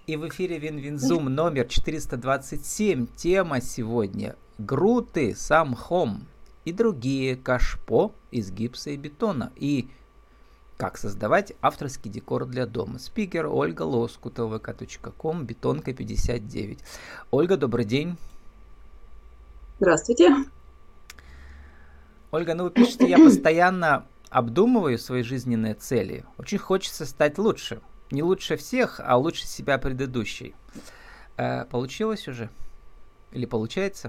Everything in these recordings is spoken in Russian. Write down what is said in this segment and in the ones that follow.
И в эфире Винвинзум номер 427. Тема сегодня: груты, самхом и другие кашпо из гипса и бетона. И как создавать авторский декор для дома. Спикер Ольга Лоскутова, vk.com, бетонка 59. Ольга, добрый день. Здравствуйте. Ольга, вы пишете, я постоянно обдумываю свои жизненные цели. Очень хочется стать лучше. Не лучше всех, а лучше себя предыдущей. Получилось уже? Или получается?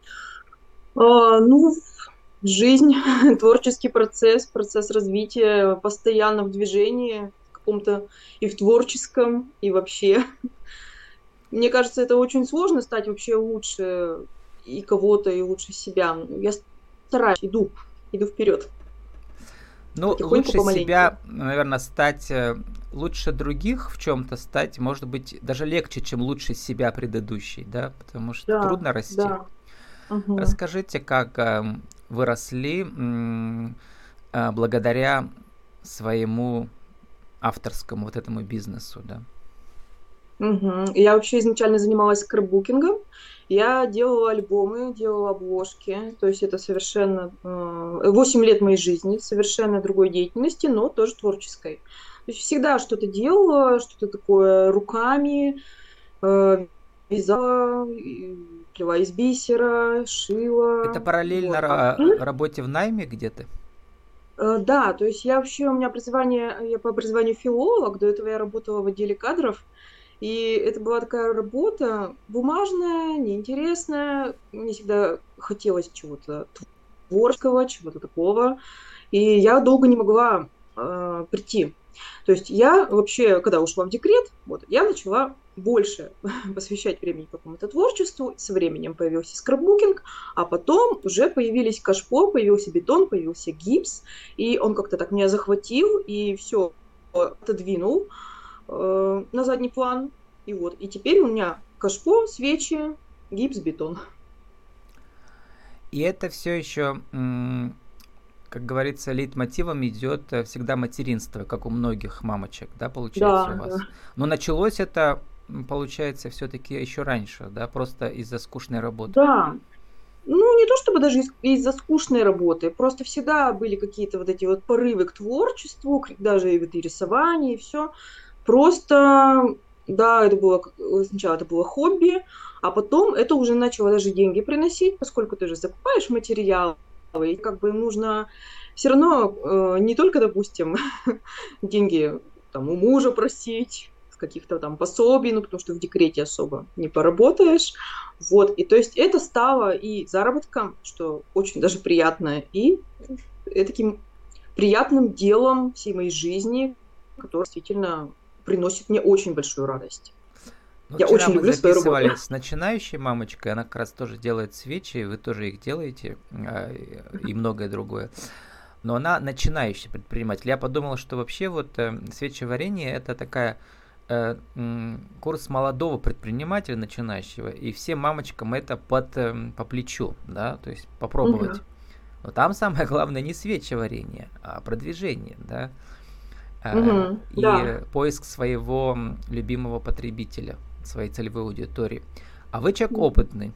Жизнь, творческий процесс развития, постоянно в движении, в каком-то и в творческом, и вообще. Мне кажется, это очень сложно стать вообще лучше и кого-то, и лучше себя. Я стараюсь, иду вперед. Потихоньку, Лучше помаленьку. себя, наверное, стать лучше других в чем-то стать, может быть, даже легче, чем лучше себя предыдущей, да, потому что Да, трудно расти. да. Угу. Расскажите, как вы росли благодаря своему авторскому вот этому бизнесу, да? Угу. Я вообще изначально занималась скрапбукингом. Я делала альбомы, делала обложки. То есть это совершенно 8 лет моей жизни, совершенно другой деятельности, но тоже творческой. То есть всегда что-то делала, что-то такое руками, э, вязала, плела из бисера, Это шила. параллельно Вот. работе в найме где-то? Да, то есть я вообще, у меня образование, я по образованию филолог, до этого я работала в отделе кадров, и это была такая работа бумажная, неинтересная, мне всегда хотелось чего-то творческого, чего-то такого, и я долго не могла прийти. То есть я вообще, когда ушла в декрет, вот, я начала больше посвящать времени какому-то творчеству. Со временем появился скрапбукинг, а потом уже появились кашпо, появился бетон, появился гипс, и он как-то так меня захватил и все отодвинул на задний план. И вот, и теперь у меня кашпо, свечи, гипс, бетон. И это все еще, как говорится, лейтмотивом идет всегда материнство, как у многих мамочек, да, получается у Да, вас. да. Но началось это, получается, все-таки еще раньше, да, просто из-за скучной работы. Да, ну, не то чтобы даже из-за скучной работы, просто всегда были какие-то вот эти вот порывы к творчеству, даже и вот и рисование, и все. Просто, да, это было, сначала это было хобби, а потом это уже начало даже деньги приносить, поскольку ты же закупаешь материалы, и как бы нужно все равно не только, допустим, деньги там у мужа просить, с каких-то там пособий, ну, потому что в декрете особо не поработаешь. Вот, и то есть это стало и заработком, что очень даже приятно, и таким приятным делом всей моей жизни, которое действительно приносит мне очень большую радость. Я Вчера очень мы люблю свою работу. записывали с начинающей мамочкой, она как раз тоже делает свечи, вы тоже их делаете, и многое другое. Но она начинающий предприниматель. Я подумал, что вообще вот свечеварение это такая курс молодого предпринимателя начинающего, и всем мамочкам это по плечу, да, то есть попробовать. Мгм. Но там самое главное не свечеварение, а продвижение, да, Мгм. Да. и поиск своего любимого потребителя, своей целевой аудитории. А вы человек опытный,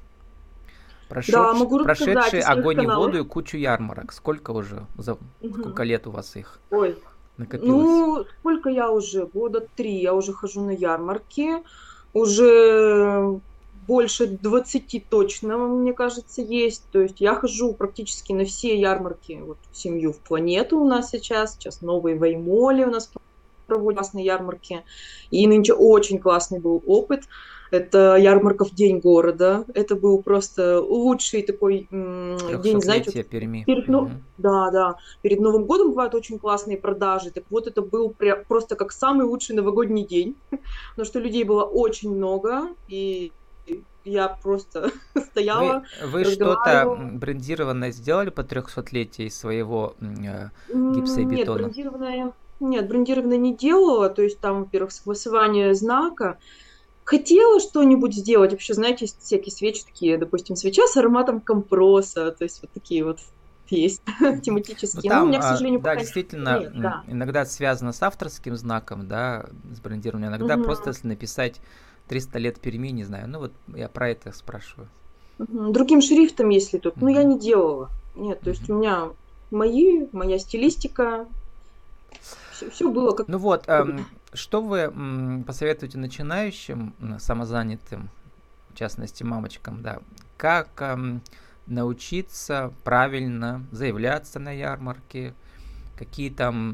Да, могу рассказать прошедший о своих огонь и воду каналах. и кучу ярмарок. Сколько уже, сколько Мгм. лет у вас их Ой, накопилось? ну, сколько я уже? Года 3 я уже хожу на ярмарки. Уже больше 20 точно, мне кажется, есть. То есть я хожу практически на все ярмарки. Вот семью в планету у нас сейчас. Сейчас новые в Эймоле у нас проводят классные ярмарки. И нынче очень классный был опыт. Это ярмарка в День города. Это был просто лучший такой день, знаете, Трехсотлетие Перми. перед, Мгм. да, да, перед Новым годом бывают очень классные продажи. Так вот, это был просто как самый лучший новогодний день, потому что людей было очень много, и я просто стояла, Вы что-то разговаривала. брендированное сделали по 300-летию своего гипса и Нет, бетона? брендированное не делала, то есть там, во-первых, согласование знака. Хотела что-нибудь сделать, вообще, знаете, есть всякие свечи такие, допустим, свеча с ароматом компроса, то есть вот такие вот есть Ну тематические. Но у там, меня, к сожалению, да, пока действительно, нет, да. иногда это связано с авторским знаком, да, с брендированием. Иногда просто Мгм. если написать 300 лет Перми, не знаю. Ну вот я про это спрашиваю. Мгм. Другим шрифтом, если тут. Ну, я Мгм, не делала. Нет, то есть мгм. у меня моя стилистика, все было как Ну вот, бы. что вы посоветуете начинающим самозанятым, в частности мамочкам, да, как научиться правильно заявляться на ярмарки, какие там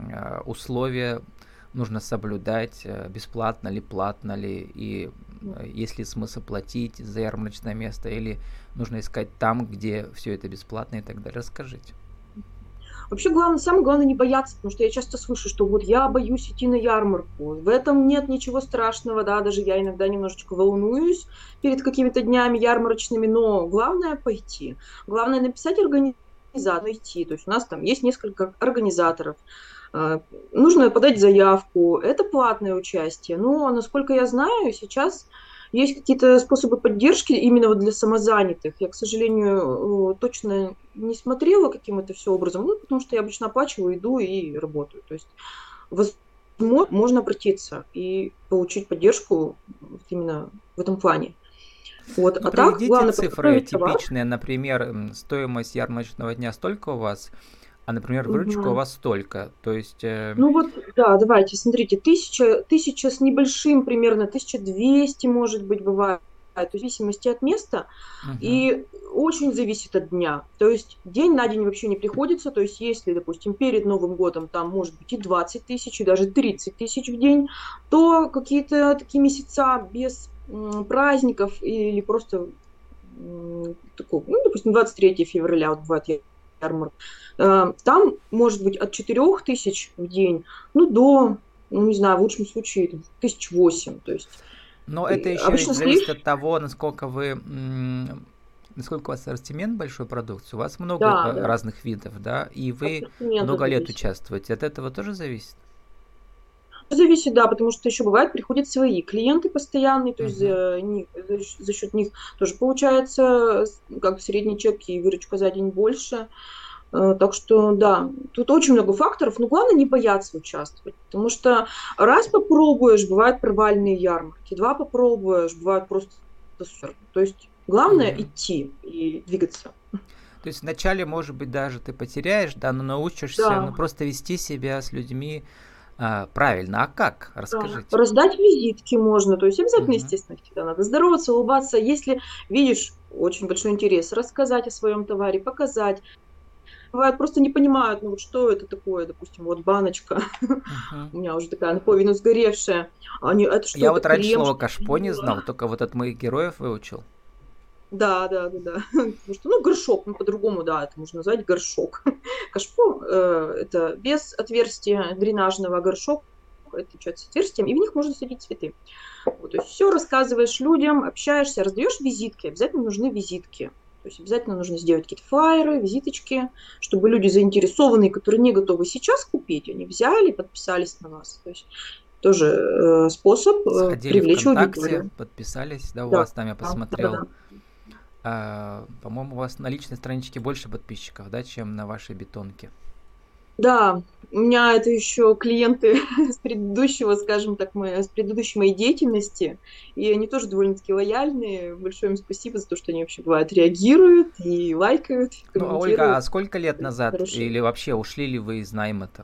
условия нужно соблюдать, бесплатно ли, платно ли, и есть ли смысл платить за ярмарочное место, или нужно искать там, где все это бесплатно и так далее. Расскажите. Вообще, самое главное не бояться, потому что я часто слышу, что вот я боюсь идти на ярмарку. В этом нет ничего страшного, да, даже я иногда немножечко волнуюсь перед какими-то днями ярмарочными, но главное пойти. Главное написать организацию, идти. То есть у нас там есть несколько организаторов. Нужно подать заявку. Это платное участие. Но, насколько я знаю, сейчас есть какие-то способы поддержки именно вот для самозанятых. Я, к сожалению, точно не смотрела, каким это все образом, ну, потому что я обычно оплачиваю, иду и работаю. То есть, возможно, можно обратиться и получить поддержку вот именно в этом плане. Вот. Ну, А так, приведите главное цифры подготовить товар. типичные, например, стоимость ярмарочного дня столько у вас, а, например, выручка у Мгм. вас столько. То есть, Ну вот, да, давайте, смотрите, тысяча с небольшим примерно, 1200, может быть, бывает, то есть в зависимости от места, мгм. и очень зависит от дня. То есть день на день вообще не приходится, то есть если, допустим, перед Новым годом там может быть и 20 тысяч, и даже 30 тысяч в день, то какие-то такие месяца без праздников или просто такого, ну, допустим, 23 февраля, вот бывает ярмарка, там может быть от 4000 в день, ну, до, ну, не знаю, в лучшем случае, 1008. То есть Но это еще ведь обычно слив, зависит от того, насколько насколько у вас ассортимент большой продукции. У вас много да, да, разных видов, да, и вы ассортимент много лет зависит. участвуете. От этого тоже зависит? Зависит, да, потому что еще бывает, приходят свои клиенты постоянные, то есть Мгм. за счет них тоже получается как бы средний чек и выручка за день больше. Так что, да, тут очень много факторов, но главное не бояться участвовать, потому что раз попробуешь, бывают провальные ярмарки, два попробуешь, бывают просто супер. То есть главное Мгм. идти и двигаться. То есть вначале, может быть, даже ты потеряешь, да, но научишься, ну, Да, просто вести себя с людьми правильно. А как? да. Расскажите. Раздать визитки можно, то есть обязательно, Мгм. естественно, всегда надо здороваться, улыбаться. Если видишь очень большой интерес, рассказать о своем товаре, показать. Бывает, просто не понимают, ну вот что это такое, допустим, вот баночка Мгм. у меня уже такая наполовину сгоревшая. Они, это что, Я это вот раньше крем, слово что кашпо не ли? знал, только вот от моих героев выучил. Да, да, да, да. Потому что, ну, горшок, ну, по-другому, да, это можно назвать горшок. Кашпо это без отверстия дренажного, горшок отличается с отверстием, и в них можно садить цветы. Вот, то есть все рассказываешь людям, общаешься, раздаешь визитки, обязательно нужны визитки. То есть обязательно нужно сделать какие-то флайеры, визиточки, чтобы люди заинтересованные, которые не готовы сейчас купить, они взяли, подписались на вас. То есть тоже способ Сходили привлечь ВКонтакте, аудиторию. подписались, да, у Да, вас там я да, да, посмотрел. да. По-моему, у вас на личной страничке больше подписчиков, да, чем на вашей бетонке. Да, у меня это еще клиенты с предыдущего, скажем так, с предыдущей моей деятельности, и они тоже довольно-таки лояльные. Большое им спасибо за то, что они вообще бывает реагируют и лайкают, и Ну, а Ольга, а комментируют. сколько лет назад Хорошие. или вообще ушли ли вы из найма-то?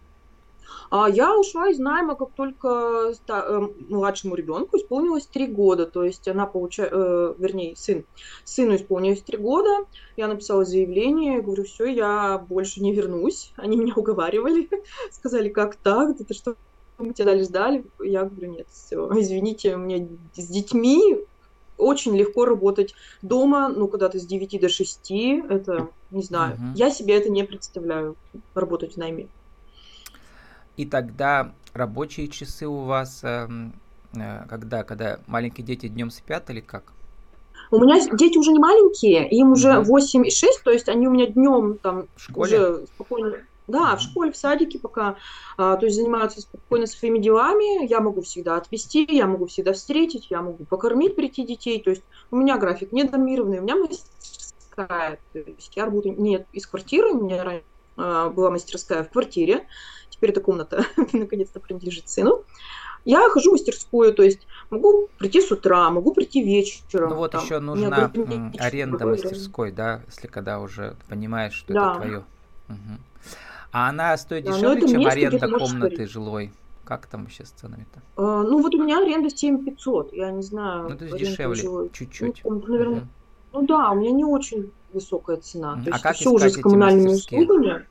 А я ушла из найма, как только младшему ребенку исполнилось 3 года. То есть вернее, сыну исполнилось 3 года. Я написала заявление, говорю, все, я больше не вернусь. Они меня уговаривали, сказали, как так, это что, мы тебя дали ждали. Я говорю, нет, все, извините, мне с детьми очень легко работать дома, ну, когда ты с 9 до 6, это, не знаю, Мгм. я себе это не представляю, работать в найме. И тогда рабочие часы у вас, когда маленькие дети днем спят или как? У меня дети уже не маленькие, им уже Мгм. 8 и 6, то есть они у меня днем там В школе? уже спокойно, да, в Мгм. школе, в садике пока, то есть занимаются спокойно своими делами, я могу всегда отвезти, я могу всегда встретить, я могу покормить, прийти детей, то есть у меня график не домированный, у меня мастерская, мастерская. То есть я работаю не из квартиры, у меня раньше была мастерская в квартире, теперь эта комната наконец-то принадлежит сыну. Я хожу в мастерскую, то есть могу прийти с утра, могу прийти вечером. Ну вот там, еще у меня нужна ограниченное аренда время. мастерской, да, если когда уже понимаешь, что это Да, твое. Мгм. А она стоит да, но дешевле, это чем место, где аренда ты можешь комнаты творить. жилой? Как там вообще с ценами-то? Ну вот у меня аренда 7500, я не Ну, знаю, то есть аренда дешевле, жилой. Ну, чуть-чуть. наверное, Мгм. ну да, у меня не очень высокая цена. Мгм. То А есть это как все уже искать с эти коммунальными мастерские? услугами.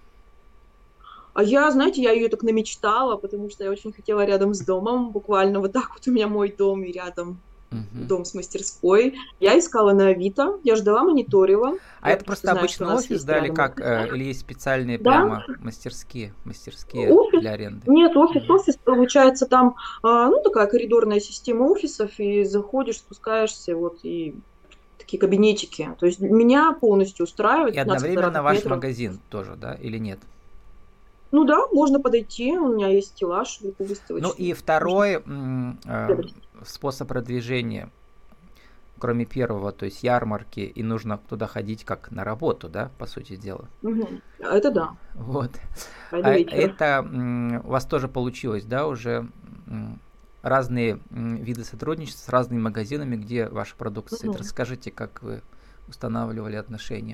А я, знаете, я ее так намечтала, потому что я очень хотела рядом с домом, буквально вот так вот у меня мой дом и рядом Мгм. дом с мастерской. Я искала на Авито, я ждала, мониторила. А Я это просто просто знаю, что у обычный нас офис, есть да, или рядом как? офисы. Или есть специальные Да, прямо мастерские офис. для аренды? Нет, Мгм. офис, получается, там, ну, такая коридорная система офисов, и заходишь, спускаешься, вот, и такие кабинетики. То есть меня полностью И устраивает 15 одновременно квадратных ваш метров. магазин тоже, да, или нет? Ну да, можно подойти, у меня есть стеллаж Ну и выставочный. Можно второй приобрести. способ продвижения, кроме первого, то есть ярмарки, и нужно туда ходить как на работу, да, по сути дела. Мгм. Это да, Вот. пойду А вечером. это у вас тоже получилось, да, уже разные виды сотрудничества с разными магазинами, где ваша продукция стоит. Мгм. Расскажите, как вы устанавливали отношения,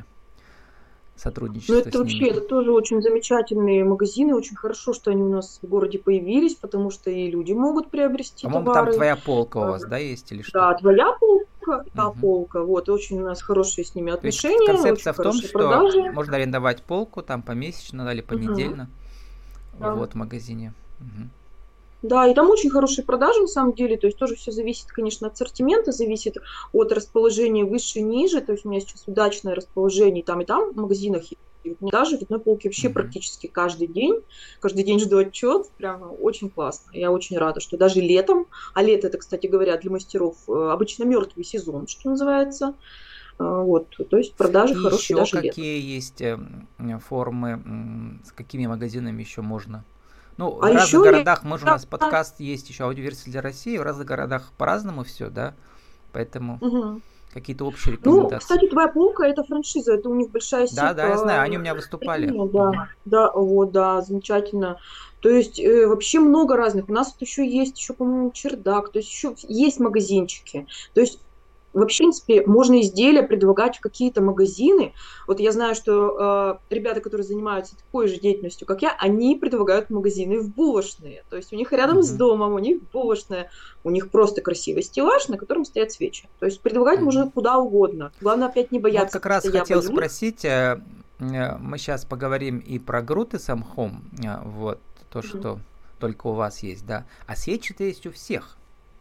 Ну, сотрудничество это с вообще, ними. это тоже очень замечательные магазины, очень хорошо, что они у нас в городе появились, потому что и люди могут приобрести По-моему, там товары. твоя полка у А, вас, да, есть или что? Да, твоя полка, та Мгм. полка, вот, очень у нас хорошие с ними То есть отношения, очень концепция в том, хорошие что продажи. можно арендовать полку там помесячно или Мгм. понедельно Да. вот, в магазине. Мгм. Да, и там очень хорошие продажи на самом деле, то есть тоже все зависит, конечно, от ассортимента, зависит от расположения выше и ниже, то есть у меня сейчас удачное расположение и там в магазинах, и вот мне даже в одной полке вообще Мгм. практически каждый день жду отчет, прям очень классно, я очень рада, что даже летом, а лето это, кстати говоря, для мастеров обычно мертвый сезон, что называется, вот, то есть продажи И хорошие еще даже летом. какие есть формы, с какими магазинами еще можно? Ну, А в разных еще городах, мы же у я... нас подкаст есть еще аудиоверсия для России, в разных городах по-разному все, да, поэтому Мгм. какие-то общие Ну, рекомендации. кстати, твоя полка это франшиза, это у них большая Да, да, я знаю, они у сетка меня выступали. заведений, да, Мгм. да, вот, да, замечательно. То есть вообще много разных. У нас тут еще есть, еще, по-моему, чердак, то есть еще есть магазинчики. То есть вообще, в принципе, можно изделия предлагать в какие-то магазины. Вот я знаю, что ребята, которые занимаются такой же деятельностью, как я, они предлагают магазины в булочные. То есть у них рядом с Мгм. домом, у них булочная, у них просто красивый стеллаж, на котором стоят свечи. То есть предлагать Мгм. можно куда угодно. Главное опять не Ну вот бояться, как потому раз что я хотел боюсь. спросить, мы сейчас поговорим и про груд и сам хом, вот, то, Мгм. что только у вас есть, да, а свечи-то есть у всех.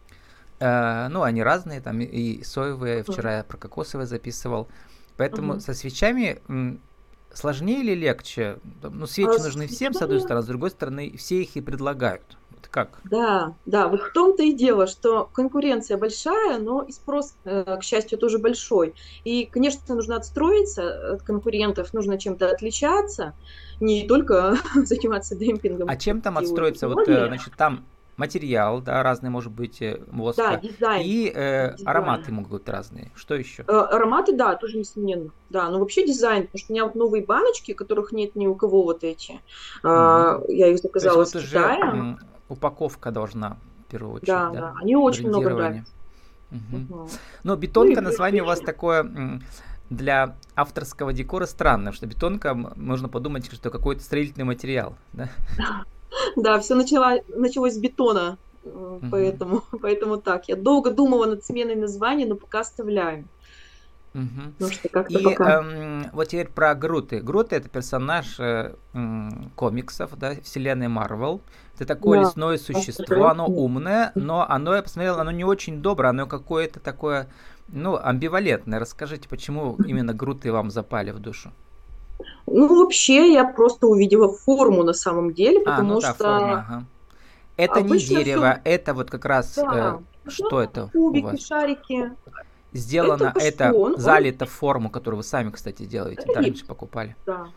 Ну, они разные, там и соевые, Мгм. вчера я про кокосовые записывал. Поэтому Мгм. со свечами сложнее или легче? Ну, свечи С нужны всем, с одной свечами, стороны, с другой стороны, все их и предлагают. Вот как? да, да, вот в том-то и дело, что конкуренция большая, но и спрос, к счастью, тоже большой. И, конечно, нужно отстроиться от конкурентов, нужно чем-то отличаться, не только заниматься демпингом А чем там сетевой отстроиться? Вот, технологии. значит, там материал, да, разный может быть, Да, воска, дизайн, и ароматы дизайн. могут быть разные. Что еще? Ароматы, да, тоже несомненно. Да, но вообще дизайн, потому что у меня вот новые баночки, которых нет ни у кого вот эти. Мгм. Я их То есть заказала с вот уже Китая. упаковка должна в первую очередь, Да, да? да, они очень много Брендирование. нравятся. Мгм. Мгм. Но Ну и бетонка, плюс название у вас свечи. такое для авторского декора странное, что бетонка, можно подумать, что какой-то строительный материал, да? Да, все началось с бетона, Мгм. поэтому так. Я долго думала над сменой названия, но пока оставляем, Мгм. потому что как-то И пока. вот теперь про Груты. Груты это персонаж комиксов, да, вселенной Марвел. Это такое Да, лесное существо, оно прекрасно. умное, но оно, я посмотрел, оно не очень доброе, оно какое-то такое, ну, амбивалентное. Расскажите, почему именно Груты вам запали в душу? Ну, вообще, я просто увидела форму на самом деле, А, ну потому да, форма, что ага. Это не обычно все, дерево, это вот как раз, да, что это это у кубики, вас? шарики. Сделано Это это каштон, он, залито в форму, которую вы сами, кстати, делаете, это да, раньше гипс, покупали. да.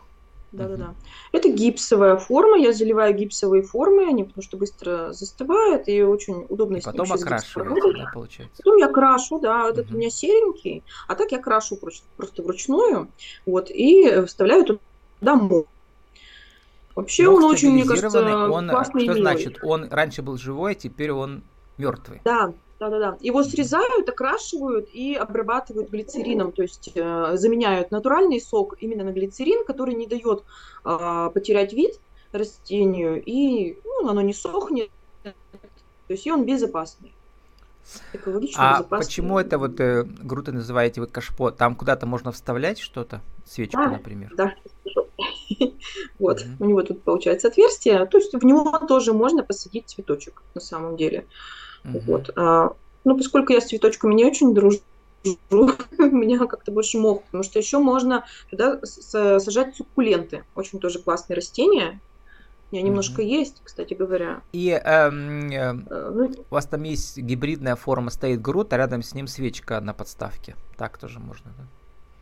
Мгм. Да-да-да. Это гипсовая форма. Я заливаю гипсовые формы, они потому что быстро застывают, и очень удобно И с ним потом еще с гипсом окрашиваете, работать. да, получается? Потом я крашу, да, этот у Мгм. меня серенький, а так я крашу просто вручную, вот, и вставляю туда мох. Вообще Мох он очень, мне стабилизированный, кажется, он, классный и что милый. значит? Он раньше был живой, а теперь он мертвый. Да, да-да-да. Его Мгм. срезают, окрашивают и обрабатывают глицерином, то есть заменяют натуральный сок именно на глицерин, который не дает потерять вид растению, и ну, оно не сохнет, то есть и он безопасный, экологично А почему безопасный. это вот груты называете вы кашпо? Там куда-то можно вставлять что-то? Свечку, Да, например? да. Вот, Мгм. у него тут получается отверстие, то есть в него тоже можно посадить цветочек на самом деле. Мгм. Вот. Ну, поскольку я с цветочками не очень дружу, у меня как-то больше мох, потому что еще можно туда сажать суккуленты. Очень тоже классные растения. У меня немножко Мгм. есть, кстати говоря. И Ну, у вас там есть гибридная форма, стоит грут, а рядом с ним свечка на подставке. Так тоже можно, да?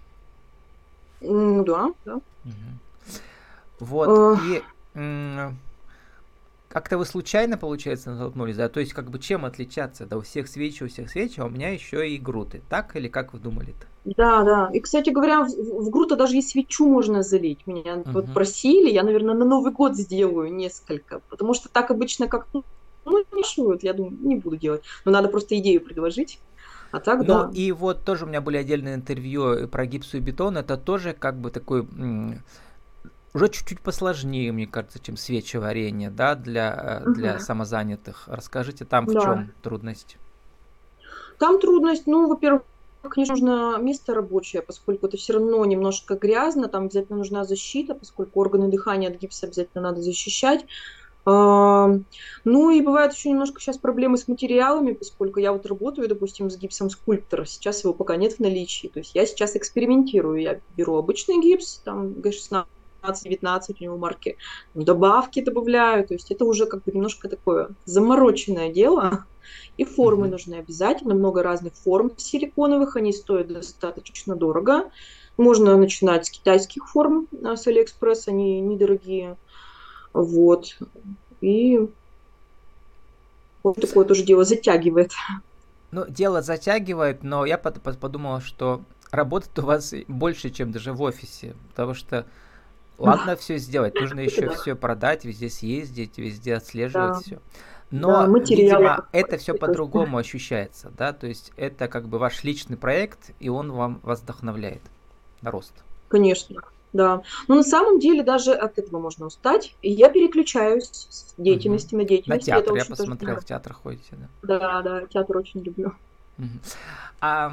да, да. Мгм. Вот, Э, и как-то вы случайно, получается, натолкнулись, да? То есть, как бы чем отличаться? Да, у всех свечи, а у меня еще и груты. Так или как вы думали-то? Да, да. И, кстати говоря, в грута даже и свечу можно залить. Меня вот Мгм. просили, я, наверное, на Новый год сделаю несколько, потому что так обычно как ну, не шуют, я думаю, не буду делать. Но надо просто идею предложить. А так, Ну да. и вот тоже у меня были отдельные интервью про гипсу и бетон. Это тоже как бы такой уже чуть-чуть посложнее, мне кажется, чем свечеварение, да, для Мгм. самозанятых. Расскажите, там в Да. чем трудность? Там трудность, ну, во-первых, конечно, нужно место рабочее, поскольку это все равно немножко грязно, там обязательно нужна защита, поскольку органы дыхания от гипса обязательно надо защищать. А, Ну и бывает еще немножко сейчас проблемы с материалами, поскольку я вот работаю, допустим, с гипсом скульптора, сейчас его пока нет в наличии. То есть я сейчас экспериментирую, я беру обычный гипс, там Г16, 19 у него марки, добавки добавляю, то есть это уже как бы немножко такое замороченное дело, и формы Мгм. нужны обязательно, много разных форм силиконовых, они стоят достаточно дорого. Можно начинать с китайских форм, с Алиэкспресс, они недорогие. Вот. И вот такое тоже дело затягивает. Ну, дело затягивает, но я подумал, что работать у вас больше, чем даже в офисе, потому что ладно все сделать, нужно Это еще да. все продать, везде съездить, везде отслеживать Да, все. да, Но, материалы видимо, это все покупать. по-другому ощущается, да, то есть это как бы ваш личный проект, и он вас вдохновляет на рост. Конечно, да. Но на самом деле даже от этого можно устать. И я переключаюсь с Мгм. деятельности на На деятельность, и это театр, я очень тоже посмотрел, в нравится. театр ходите, да. Да, да, театр очень люблю. Мгм. А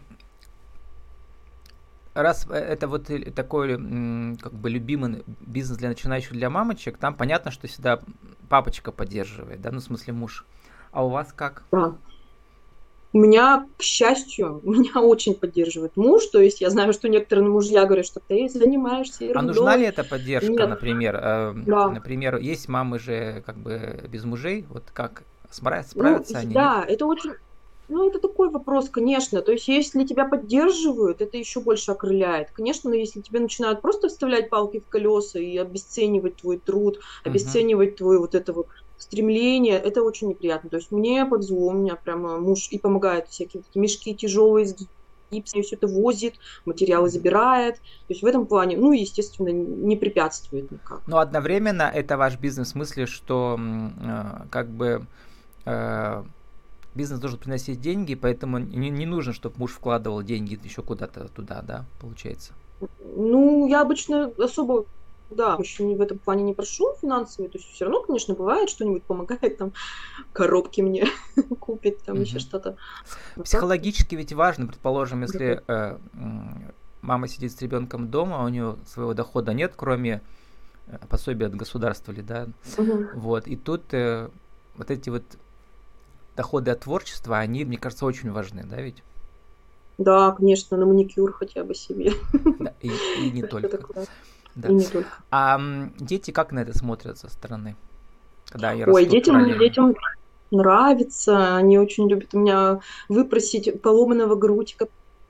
раз это вот такой как бы любимый бизнес для начинающих, для мамочек, там понятно, что всегда папочка поддерживает, да, ну в смысле муж. А у вас как? Да. У меня, к счастью, меня очень поддерживает муж. То есть я знаю, что некоторые мужья говорят, что ты занимаешься А нужна ли ерундой. эта поддержка, Нет, например? да. Например, есть мамы же как бы без мужей, вот как Ну, справятся они, нет? да, это очень, ну, это такой вопрос, конечно. То есть, если тебя поддерживают, это еще больше окрыляет. Конечно, но если тебе начинают просто вставлять палки в колеса и обесценивать твой труд, Мгм. обесценивать твое вот это вот стремление, это очень неприятно. То есть, мне повезло, у меня прямо муж и помогает всякие вот эти мешки тяжелые с гипсом, все это возит, материалы Мгм. забирает. То есть, в этом плане, ну, естественно, не препятствует никак. Но одновременно это ваш бизнес в смысле, что как бы э, бизнес должен приносить деньги, поэтому не нужно, чтобы муж вкладывал деньги еще куда-то туда, да, получается. Ну, я обычно особо, да, еще в этом плане не прошу финансовые, то есть все равно, конечно, бывает, что-нибудь помогает, там, коробки мне купит, там, еще Мгм. что-то. А так, Психологически ведь важно, предположим, да. если мама сидит с ребенком дома, а у нее своего дохода нет, кроме пособия от государства или да, Мгм. вот, и тут вот эти вот доходы от творчества, они, мне кажется, очень важны, да, ведь? Да, конечно, на маникюр хотя бы себе. Да, и не Что только, такое? И да. не только. А дети как на это смотрят со стороны, когда они Ой, растут параллельно? детям нравится, они очень любят у меня выпросить поломанного грудика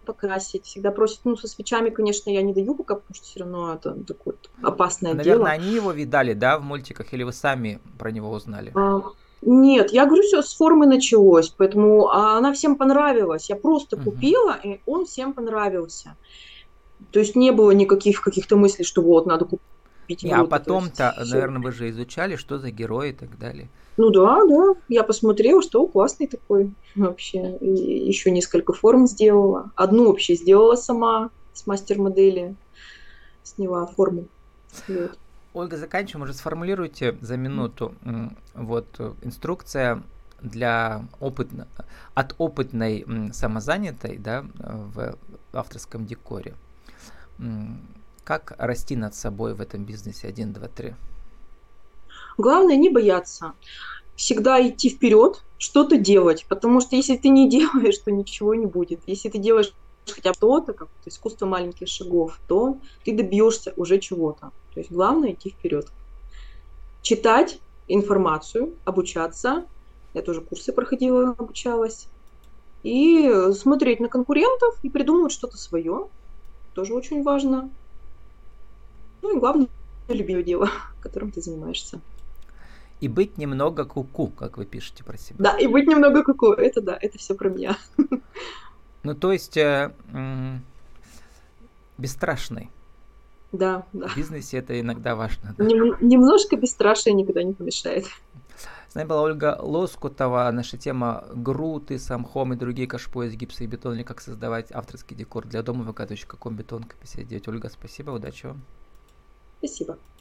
покрасить, всегда просят, ну, со свечами, конечно, я не даю пока, потому что все равно это такое опасное Наверное, дело. они его видали, да, в мультиках, или вы сами про него узнали? А, Нет, я говорю, все с формы началось, поэтому она всем понравилась. Я просто Мгм. купила, и он всем понравился. То есть не было никаких каких-то мыслей, что вот, надо купить Не, а игру. То есть потом-то, все. наверное, вы же изучали, что за герой и так далее. Ну да, да, я посмотрела, что классный такой вообще. И еще несколько форм сделала. Одну вообще сделала сама с мастер-модели, сняла форму. Вот. Ольга, заканчиваем. Уже сформулируйте за минуту вот инструкция для от опытной самозанятой, да, в авторском декоре. Как расти над собой в этом бизнесе? 1, 2, 3. Главное не бояться. Всегда идти вперед, что-то делать. Потому что если ты не делаешь, то ничего не будет. Если ты делаешь хотя бы что-то, как искусство маленьких шагов, то ты добьешься уже чего-то. То есть главное идти вперед. Читать информацию, обучаться. Я тоже курсы проходила, обучалась. И смотреть на конкурентов и придумывать что-то свое. Тоже очень важно. Ну и главное, любимое дело, которым ты занимаешься. И быть немного куку, как вы пишете про себя. Да, и быть немного куку. Это да, это все про меня. Ну, то есть бесстрашный. Да, да. В бизнесе это иногда важно, да. Немножко бесстрашие никогда не помешает. С нами была Ольга Лоскутова. Наша тема груты, самхом и другие кашпо из гипса и бетона, или как создавать авторский декор для дома vk.com, бетонка 59. Ольга, спасибо, удачи вам. Спасибо.